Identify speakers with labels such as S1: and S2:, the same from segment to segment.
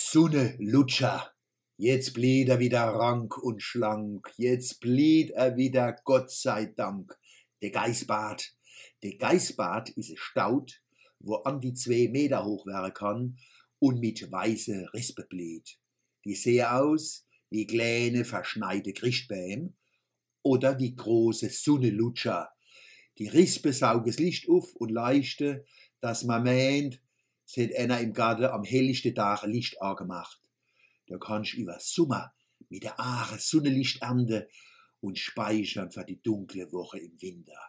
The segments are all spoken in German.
S1: Sunne Lutscher, jetzt blieb er wieder rank und schlank, jetzt blieb er wieder, Gott sei Dank. Der Geißbart. Der Geißbart ist ein Staud, wo an die 2 Meter hoch werden kann und mit weiße Rispe blieb. Die sehen aus wie kleine verschneite Christbäume oder wie große Sunnelutscher. Die Rispe saugen das Licht auf und leuchten, dass man meint, es hat einer im Garten am helllichten Tag Licht angemacht. Da kannst du über Sommer mit der Aare Sonnenlicht ernten und speichern für die dunkle Woche im Winter.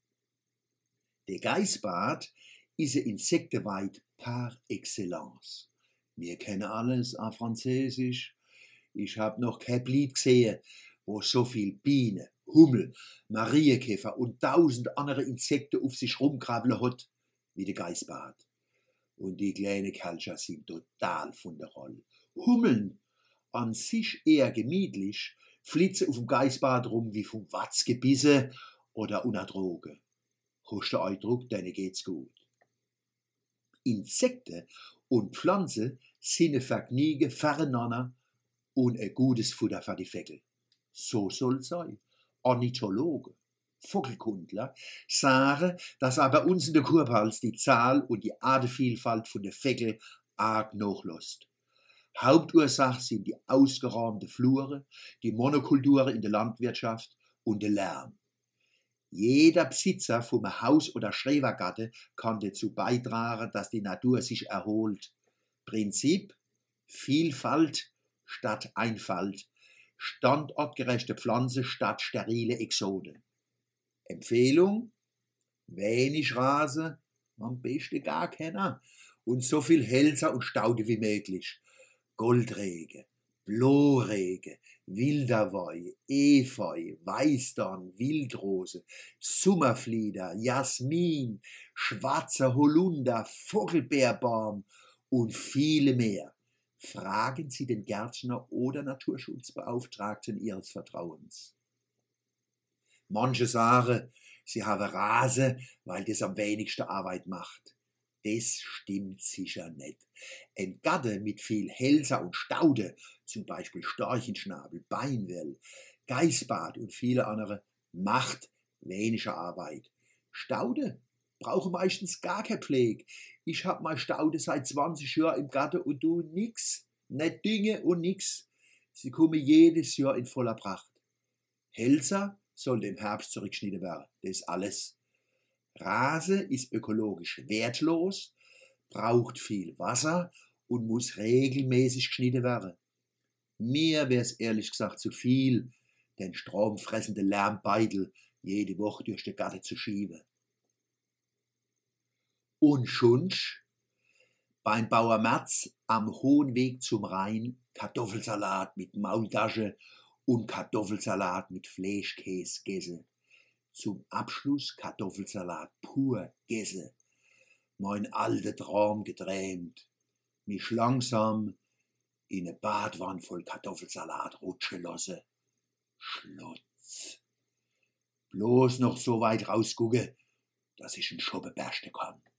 S1: Der Geißbart ist ein Insektenweid par excellence. Wir kennen alles en Französisch. Ich hab noch kein Lied gesehen, wo so viel Bienen, Hummel, Marienkäfer und 1000 andere Insekten auf sich rumkrabbeln hat, wie der Geißbart. Und die kleinen Kerlchen sind total von der Rolle. Hummeln, an sich eher gemütlich, flitzen auf dem Geißbart rum wie vom Watz gebissen oder unter Droge. Hast du den Eindruck, denen geht's gut. Insekten und Pflanzen sind ein Vergnügen füreinander und ein gutes Futter für die Vögel. So soll's sein. Ornithologen, Vogelkundler sagen, dass auch bei uns in der Kurpfalz die Zahl und die Artenvielfalt von den Vögeln arg nachlässt. Hauptursache sind die ausgeräumten Flure, die Monokulturen in der Landwirtschaft und der Lärm. Jeder Besitzer vom Haus- oder Schrebergarten kann dazu beitragen, dass die Natur sich erholt. Prinzip: Vielfalt statt Einfalt, standortgerechte Pflanzen statt sterile Exoden. Empfehlung: wenig Rasen, am besten gar keiner, und so viel Hölzer und Staude wie möglich. Goldregen, Blohräge, Wilderwoi, Efeu, Weißdorn, Wildrose, Summerflieder, Jasmin, schwarzer Holunder, Vogelbeerbaum und viele mehr. Fragen Sie den Gärtner oder Naturschutzbeauftragten Ihres Vertrauens. Manche sagen, sie haben Rasen, weil das am wenigsten Arbeit macht. Das stimmt sicher nicht. Ein Garten mit viel Hölzer und Staude, zum Beispiel Storchenschnabel, Beinwell, Geißbart und viele andere, macht weniger Arbeit. Staude brauchen meistens gar keine Pflege. Ich hab mal Staude seit 20 Jahren im Garten und du nix. Nicht Dinge und nix. Sie kommen jedes Jahr in voller Pracht. Hölzer sollte im Herbst zurückgeschnitten werden. Das ist alles. Rasen ist ökologisch wertlos, braucht viel Wasser und muss regelmäßig geschnitten werden. Mir wär's ehrlich gesagt zu viel, den stromfressenden Lärmbeutel jede Woche durch den Garten zu schieben. Und schunsch, beim Bauer Merz am Hohen Weg zum Rhein Kartoffelsalat mit Maultasche und Kartoffelsalat mit Fleischkäse gegessen. Zum Abschluss Kartoffelsalat pur gegessen. Mein alter Traum geträumt. Mich langsam in eine Badwanne voll Kartoffelsalat rutschen lassen. Schlotz. Bloß noch so weit rausgucken, dass ich einen Schoppen bersten kann.